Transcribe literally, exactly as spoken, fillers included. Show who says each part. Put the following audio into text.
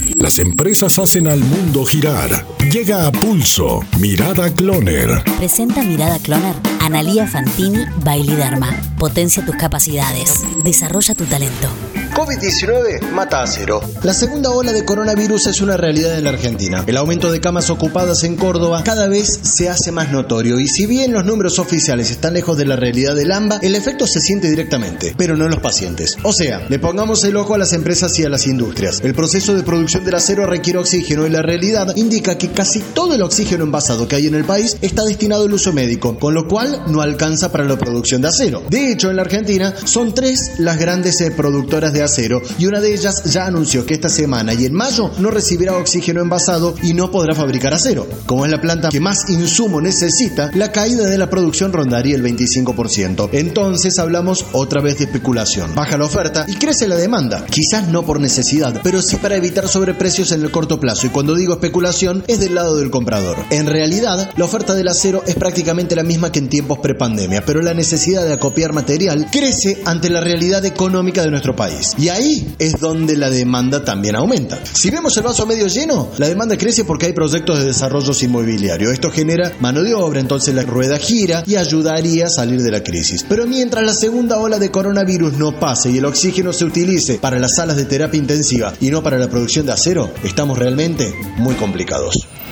Speaker 1: Las empresas hacen al mundo girar. Llega a Pulso, Mirada Cloner.
Speaker 2: Presenta Mirada Cloner, Analía Fantini, Bailiderma. Potencia tus capacidades. Desarrolla tu talento.
Speaker 3: COVID diecinueve mata a cero. La segunda ola de coronavirus es una realidad en la Argentina. El aumento de camas ocupadas en Córdoba cada vez se hace más notorio y si bien los números oficiales están lejos de la realidad del AMBA, el efecto se siente directamente, pero no en los pacientes. O sea, le pongamos el ojo a las empresas y a las industrias. El proceso de producción del acero requiere oxígeno y la realidad indica que casi todo el oxígeno envasado que hay en el país está destinado al uso médico, con lo cual no alcanza para la producción de acero. De hecho, en la Argentina son tres las grandes eh, productoras de acero y una de ellas ya anunció que esta semana y en mayo no recibirá oxígeno envasado y no podrá fabricar acero. Como es la planta que más insumo necesita, la caída de la producción rondaría el veinticinco por ciento. Entonces hablamos otra vez de especulación. Baja la oferta y crece la demanda. Quizás no por necesidad, pero sí para evitar sobreprecios en el corto plazo. Y cuando digo especulación, es del lado del comprador. En realidad, la oferta del acero es prácticamente la misma que en tiempos prepandemia, pero la necesidad de acopiar material crece ante la realidad económica de nuestro país. Y ahí es donde la demanda también aumenta. Si vemos el vaso medio lleno, la demanda crece porque hay proyectos de desarrollo inmobiliario. Esto genera mano de obra, entonces la rueda gira y ayudaría a salir de la crisis. Pero mientras la segunda ola de coronavirus no pase y el oxígeno se utilice para las salas de terapia intensiva y no para la producción de acero, estamos realmente muy complicados.